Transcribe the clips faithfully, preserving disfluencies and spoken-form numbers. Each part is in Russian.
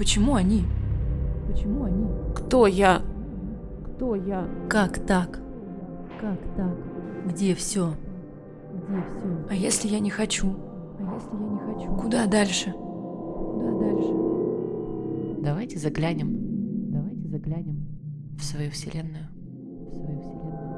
Почему они? Почему они? Кто я? Кто я? Как так? Как так? Где все? Где все? А если я не хочу? А если я не хочу? Куда дальше? Куда дальше? Давайте заглянем. Давайте заглянем в свою вселенную. В свою вселенную.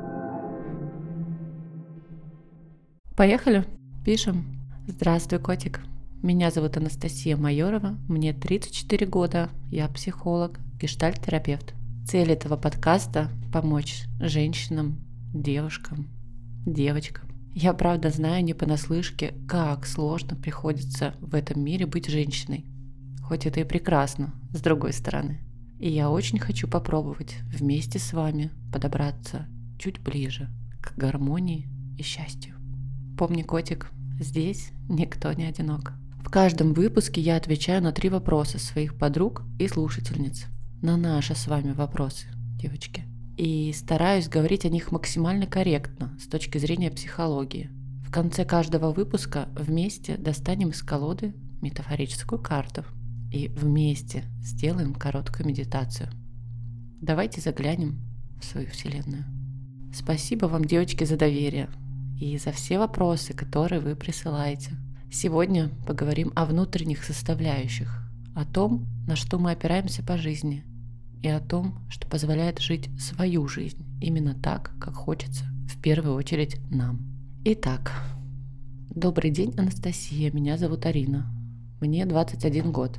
Поехали? Пишем. Здравствуй, котик. Меня зовут Анастасия Майорова, мне тридцать четыре года, я психолог, гештальт-терапевт. Цель этого подкаста – помочь женщинам, девушкам, девочкам. Я правда знаю не понаслышке, как сложно приходится в этом мире быть женщиной. Хоть это и прекрасно, с другой стороны. И я очень хочу попробовать вместе с вами подобраться чуть ближе к гармонии и счастью. Помни, котик, здесь никто не одинок. В каждом выпуске я отвечаю на три вопроса своих подруг и слушательниц. На наши с вами вопросы, девочки. И стараюсь говорить о них максимально корректно с точки зрения психологии. В конце каждого выпуска вместе достанем из колоды метафорическую карту и вместе сделаем короткую медитацию. Давайте заглянем в свою вселенную. Спасибо вам, девочки, за доверие и за все вопросы, которые вы присылаете. Сегодня поговорим о внутренних составляющих, о том, на что мы опираемся по жизни, и о том, что позволяет жить свою жизнь именно так, как хочется, в первую очередь нам. Итак, добрый день, Анастасия, меня зовут Арина, мне двадцать один год.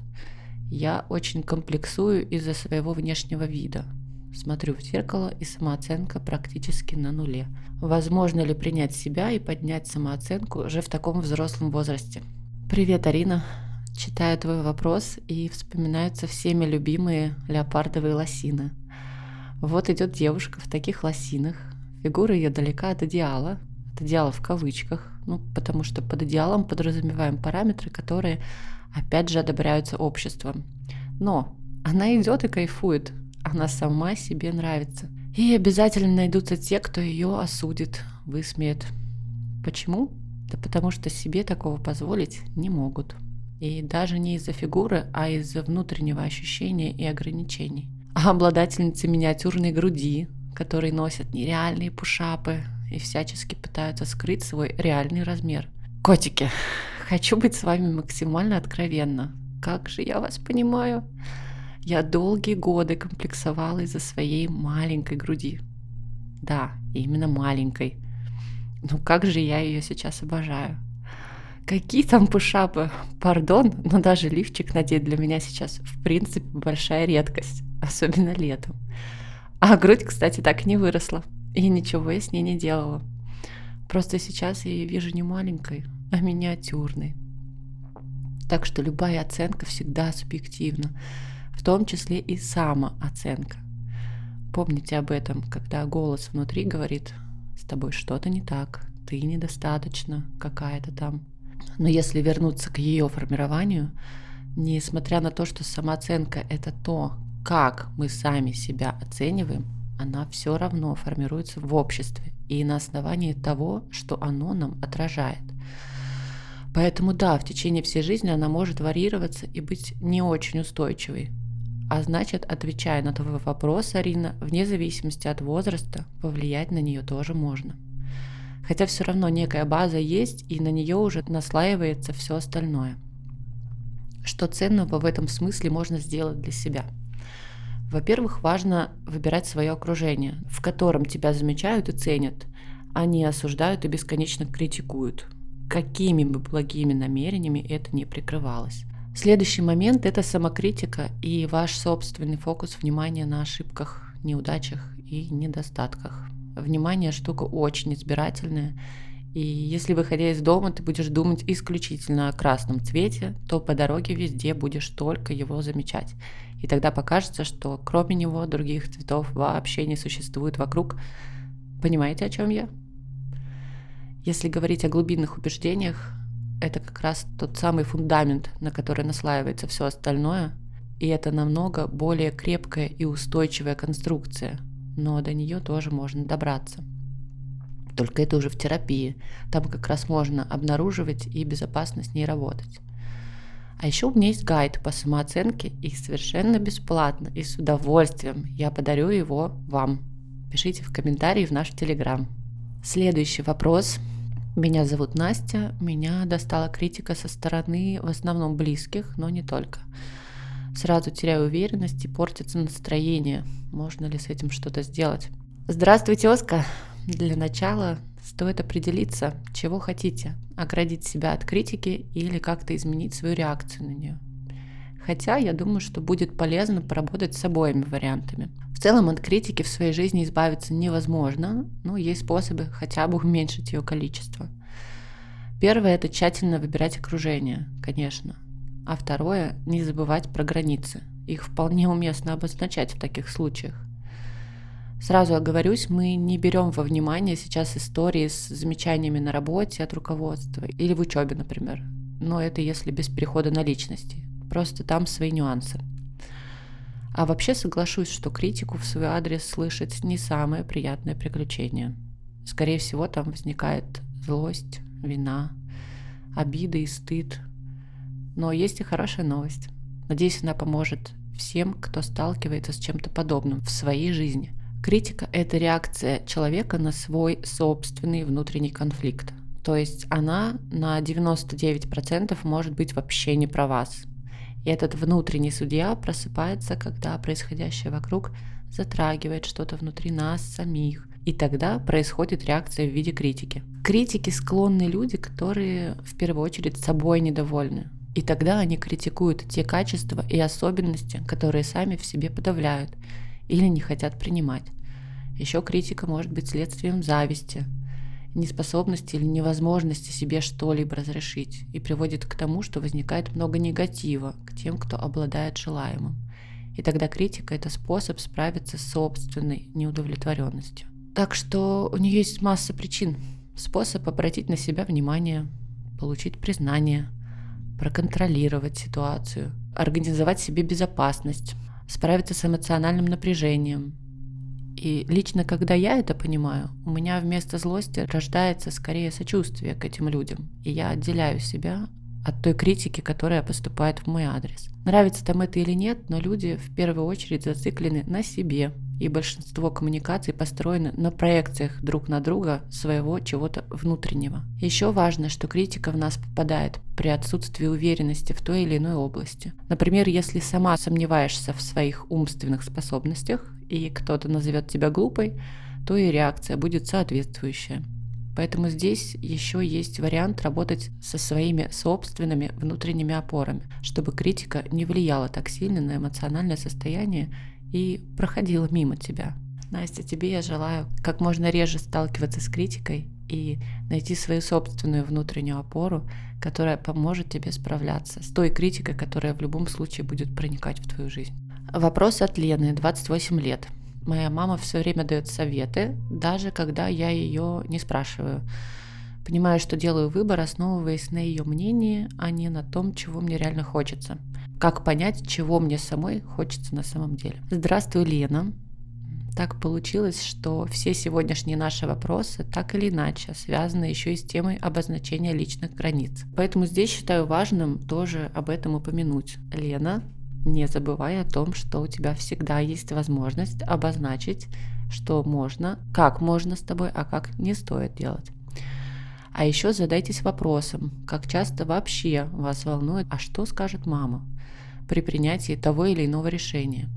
Я очень комплексую из-за своего внешнего вида. Смотрю в зеркало, и самооценка практически на нуле. Возможно ли принять себя и поднять самооценку уже в таком взрослом возрасте? Привет, Арина. Читаю твой вопрос, и вспоминаются всеми любимые леопардовые лосины. Вот идет девушка в таких лосинах. Фигура ее далека от идеала. От идеала в кавычках. Ну, потому что под идеалом подразумеваем параметры, которые, опять же, одобряются обществом. Но она идет и кайфует. Она сама себе нравится. И обязательно найдутся те, кто ее осудит, высмеет. Почему? Да потому что себе такого позволить не могут. И даже не из-за фигуры, а из-за внутреннего ощущения и ограничений. А обладательницы миниатюрной груди, которые носят нереальные пушапы и всячески пытаются скрыть свой реальный размер. Котики, хочу быть с вами максимально откровенна. Как же я вас понимаю? Я долгие годы комплексовала из-за своей маленькой груди. Да, именно маленькой. Ну как же я ее сейчас обожаю. Какие там пушапы? Пардон, но даже лифчик надеть для меня сейчас в принципе большая редкость. Особенно летом. А грудь, кстати, так и не выросла. И ничего я с ней не делала. Просто сейчас я ее вижу не маленькой, а миниатюрной. Так что любая оценка всегда субъективна. В том числе и самооценка. Помните об этом, когда голос внутри говорит: с тобой что-то не так, ты недостаточно какая-то там. Но если вернуться к ее формированию, несмотря на то, что самооценка – это то, как мы сами себя оцениваем, она все равно формируется в обществе и на основании того, что оно нам отражает. Поэтому да, в течение всей жизни она может варьироваться и быть не очень устойчивой. А значит, отвечая на твой вопрос, Арина, вне зависимости от возраста, повлиять на нее тоже можно. Хотя все равно некая база есть, и на нее уже наслаивается все остальное. Что ценного в этом смысле можно сделать для себя? Во-первых, важно выбирать свое окружение, в котором тебя замечают и ценят, а не осуждают и бесконечно критикуют, какими бы благими намерениями это ни прикрывалось. Следующий момент – это самокритика и ваш собственный фокус внимания на ошибках, неудачах и недостатках. Внимание – штука очень избирательная, и если, выходя из дома, ты будешь думать исключительно о красном цвете, то по дороге везде будешь только его замечать. И тогда покажется, что кроме него других цветов вообще не существует вокруг. Понимаете, о чем я? Если говорить о глубинных убеждениях, это как раз тот самый фундамент, на который наслаивается все остальное, и это намного более крепкая и устойчивая конструкция, но до нее тоже можно добраться. Только это уже в терапии, там как раз можно обнаруживать и безопасно с ней работать. А еще у меня есть гайд по самооценке, и совершенно бесплатно, и с удовольствием я подарю его вам. Пишите в комментарии в наш Телеграм. Следующий вопрос. Меня зовут Настя, меня достала критика со стороны в основном близких, но не только. Сразу теряю уверенность и портится настроение. Можно ли с этим что-то сделать? Здравствуйте, Оска! Для начала стоит определиться, чего хотите. Оградить себя от критики или как-то изменить свою реакцию на нее. Хотя я думаю, что будет полезно поработать с обоими вариантами. В целом от критики в своей жизни избавиться невозможно, но есть способы хотя бы уменьшить ее количество. Первое – это тщательно выбирать окружение, конечно. А второе – не забывать про границы. Их вполне уместно обозначать в таких случаях. Сразу оговорюсь, мы не берем во внимание сейчас истории с замечаниями на работе от руководства или в учебе, например. Но это если без перехода на личности. Просто там свои нюансы. А вообще соглашусь, что критику в свой адрес слышать не самое приятное приключение. Скорее всего, там возникает злость, вина, обида и стыд. Но есть и хорошая новость. Надеюсь, она поможет всем, кто сталкивается с чем-то подобным в своей жизни. Критика – это реакция человека на свой собственный внутренний конфликт. То есть она на девяносто девять процентов может быть вообще не про вас. И этот внутренний судья просыпается, когда происходящее вокруг затрагивает что-то внутри нас самих. И тогда происходит реакция в виде критики. К критике склонны люди, которые в первую очередь собой недовольны. И тогда они критикуют те качества и особенности, которые сами в себе подавляют или не хотят принимать. Еще критика может быть следствием зависти, неспособности или невозможности себе что-либо разрешить и приводит к тому, что возникает много негатива к тем, кто обладает желаемым. И тогда критика – это способ справиться с собственной неудовлетворенностью. Так что у нее есть масса причин. Способ обратить на себя внимание, получить признание, проконтролировать ситуацию, организовать себе безопасность, справиться с эмоциональным напряжением. И лично, когда я это понимаю, у меня вместо злости рождается скорее сочувствие к этим людям, и я отделяю себя от той критики, которая поступает в мой адрес. Нравится там это или нет, но люди в первую очередь зациклены на себе, и большинство коммуникаций построено на проекциях друг на друга своего чего-то внутреннего. Еще важно, что критика в нас попадает при отсутствии уверенности в той или иной области. Например, если сама сомневаешься в своих умственных способностях, и кто-то назовет тебя глупой, то и реакция будет соответствующая. Поэтому здесь еще есть вариант работать со своими собственными внутренними опорами, чтобы критика не влияла так сильно на эмоциональное состояние и проходила мимо тебя. Настя, тебе я желаю как можно реже сталкиваться с критикой и найти свою собственную внутреннюю опору, которая поможет тебе справляться с той критикой, которая в любом случае будет проникать в твою жизнь. Вопрос от Лены, двадцать восемь лет. Моя мама все время дает советы, даже когда я ее не спрашиваю. Понимаю, что делаю выбор, основываясь на ее мнении, а не на том, чего мне реально хочется. Как понять, чего мне самой хочется на самом деле? Здравствуй, Лена. Так получилось, что все сегодняшние наши вопросы так или иначе связаны еще и с темой обозначения личных границ. Поэтому здесь считаю важным тоже об этом упомянуть. Лена, не забывай о том, что у тебя всегда есть возможность обозначить, что можно, как можно с тобой, а как не стоит делать. А еще задайтесь вопросом, как часто вообще вас волнует, а что скажет мама при принятии того или иного решения.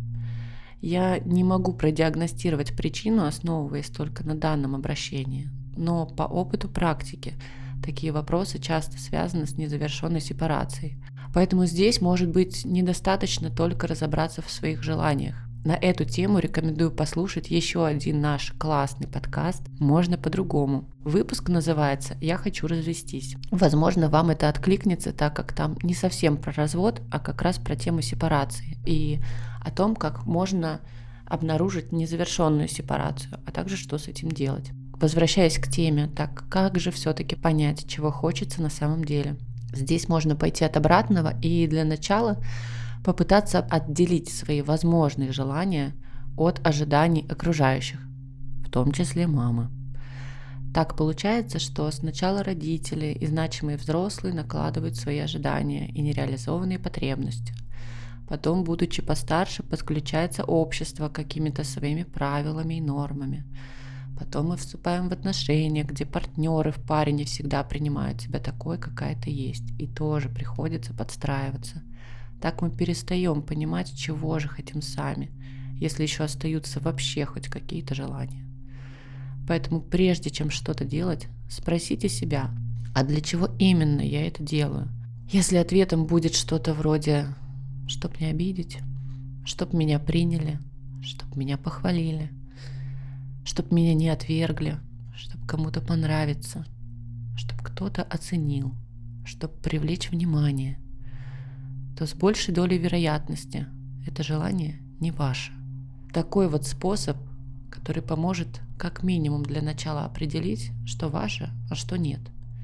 Я не могу продиагностировать причину, основываясь только на данном обращении, но по опыту практики такие вопросы часто связаны с незавершенной сепарацией. Поэтому здесь может быть недостаточно только разобраться в своих желаниях. На эту тему рекомендую послушать еще один наш классный подкаст «Можно по-другому». Выпуск называется «Я хочу развестись». Возможно, вам это откликнется, так как там не совсем про развод, а как раз про тему сепарации и о том, как можно обнаружить незавершенную сепарацию, а также что с этим делать. Возвращаясь к теме, так как же все-таки понять, чего хочется на самом деле? Здесь можно пойти от обратного и для начала попытаться отделить свои возможные желания от ожиданий окружающих, в том числе мамы. Так получается, что сначала родители и значимые взрослые накладывают свои ожидания и нереализованные потребности. Потом, будучи постарше, подключается общество какими-то своими правилами и нормами. Потом мы вступаем в отношения, где партнеры в паре не всегда принимают тебя такой, какая ты есть, и тоже приходится подстраиваться. Так мы перестаем понимать, чего же хотим сами, если еще остаются вообще хоть какие-то желания. Поэтому прежде чем что-то делать, спросите себя, а для чего именно я это делаю? Если ответом будет что-то вроде «чтоб не обидеть», «чтоб меня приняли», «чтоб меня похвалили», «чтоб меня не отвергли», «чтоб кому-то понравиться», «чтоб кто-то оценил», «чтоб привлечь внимание», то с большей долей вероятности это желание не ваше. Такой вот способ, который поможет как минимум для начала определить, что ваше, а что нет.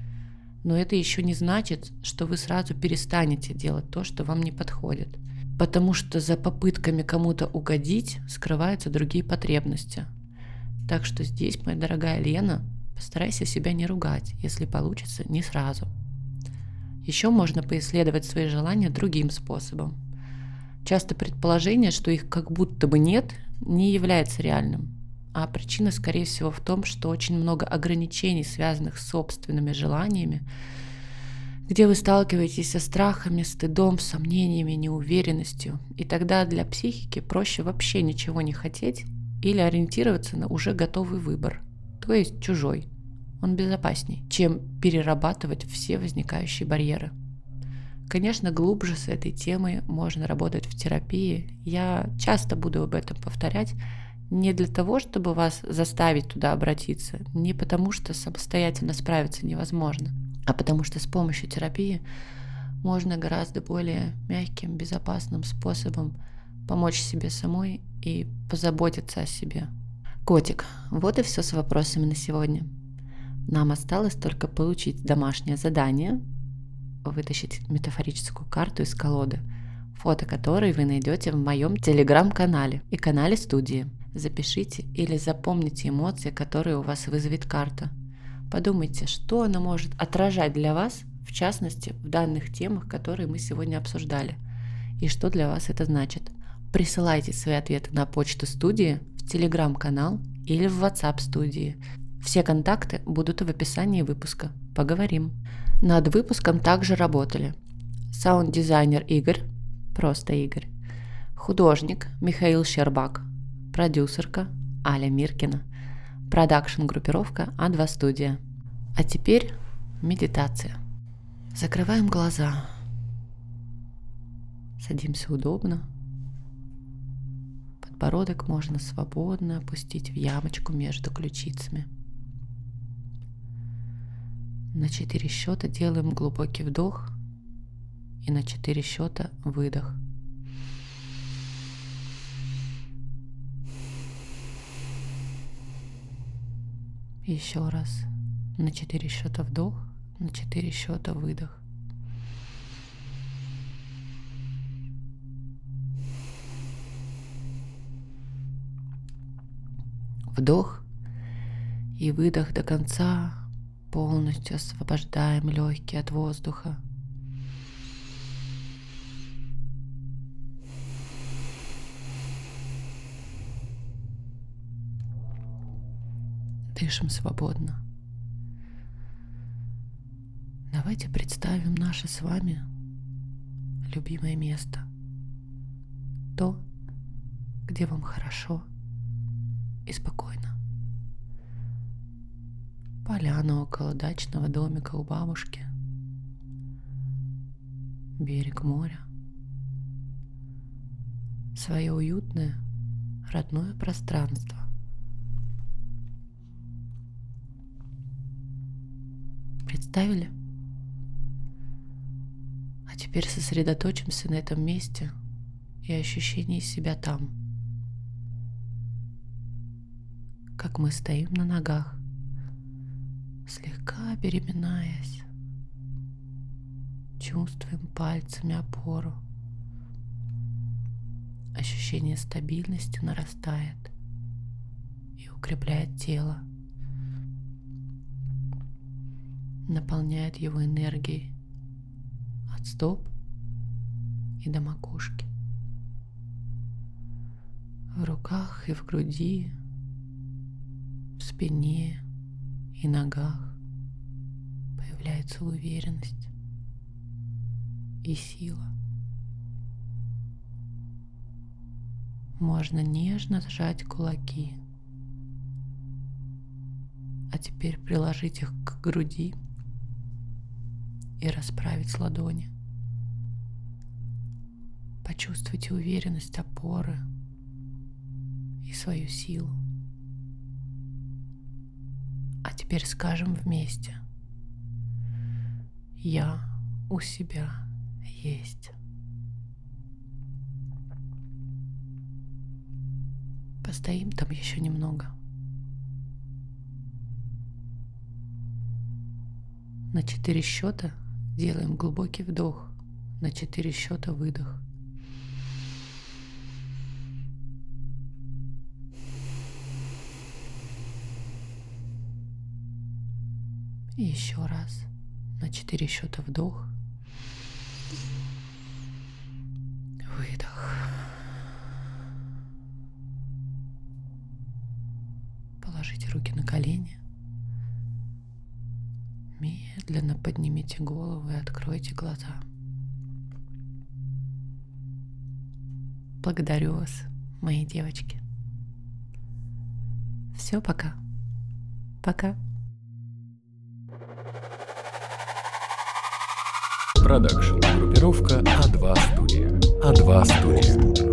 Но это еще не значит, что вы сразу перестанете делать то, что вам не подходит. Потому что за попытками кому-то угодить скрываются другие потребности. Так что здесь, моя дорогая Лена, постарайся себя не ругать, если получится не сразу. Еще можно поисследовать свои желания другим способом. Часто предположение, что их как будто бы нет, не является реальным. А причина, скорее всего, в том, что очень много ограничений, связанных с собственными желаниями, где вы сталкиваетесь со страхами, стыдом, сомнениями, неуверенностью. И тогда для психики проще вообще ничего не хотеть или ориентироваться на уже готовый выбор, то есть чужой. Он безопасней, чем перерабатывать все возникающие барьеры. Конечно, глубже с этой темой можно работать в терапии. Я часто буду об этом повторять, не для того, чтобы вас заставить туда обратиться, не потому что самостоятельно справиться невозможно, а потому что с помощью терапии можно гораздо более мягким, безопасным способом помочь себе самой и позаботиться о себе. Котик, вот и все с вопросами на сегодня. Нам осталось только получить домашнее задание, вытащить метафорическую карту из колоды, фото которой вы найдете в моем телеграм-канале и канале студии. Запишите или запомните эмоции, которые у вас вызовет карта. Подумайте, что она может отражать для вас, в частности, в данных темах, которые мы сегодня обсуждали, и что для вас это значит. Присылайте свои ответы на почту студии, в телеграм-канал или в WhatsApp студии. Все контакты будут в описании выпуска. Поговорим. Над выпуском также работали саунд-дизайнер Игорь, просто Игорь, художник Михаил Щербак, продюсерка Аля Миркина, продакшн-группировка а два студия. А теперь медитация. Закрываем глаза. Садимся удобно. Подбородок можно свободно опустить в ямочку между ключицами. На четыре счета делаем глубокий вдох и на четыре счета выдох. Еще раз. На четыре счета вдох, на четыре счета выдох. Вдох и выдох до конца. Полностью освобождаем легкие от воздуха. Дышим свободно. Давайте представим наше с вами любимое место. То, где вам хорошо и спокойно. Поляна около дачного домика у бабушки. Берег моря. Свое уютное, родное пространство. Представили? А теперь сосредоточимся на этом месте и ощущении себя там. Как мы стоим на ногах, слегка переминаясь, чувствуем пальцами опору. Ощущение стабильности нарастает и укрепляет тело. наполняет его энергией от стоп и до макушки. В руках и в груди, в спине и ногах появляется уверенность и сила. Можно нежно сжать кулаки, а теперь приложить их к груди и расправить ладони. Почувствуйте уверенность опоры и свою силу. А теперь скажем вместе: я у себя есть. Постоим там еще немного. На четыре счета делаем глубокий вдох, на четыре счета выдох. И еще раз на четыре счета вдох, выдох. Положите руки на колени. Медленно поднимите голову и откройте глаза. Благодарю вас, мои девочки. Все, пока. Пока. Продакшн. Группировка А два Студия. А два Студия.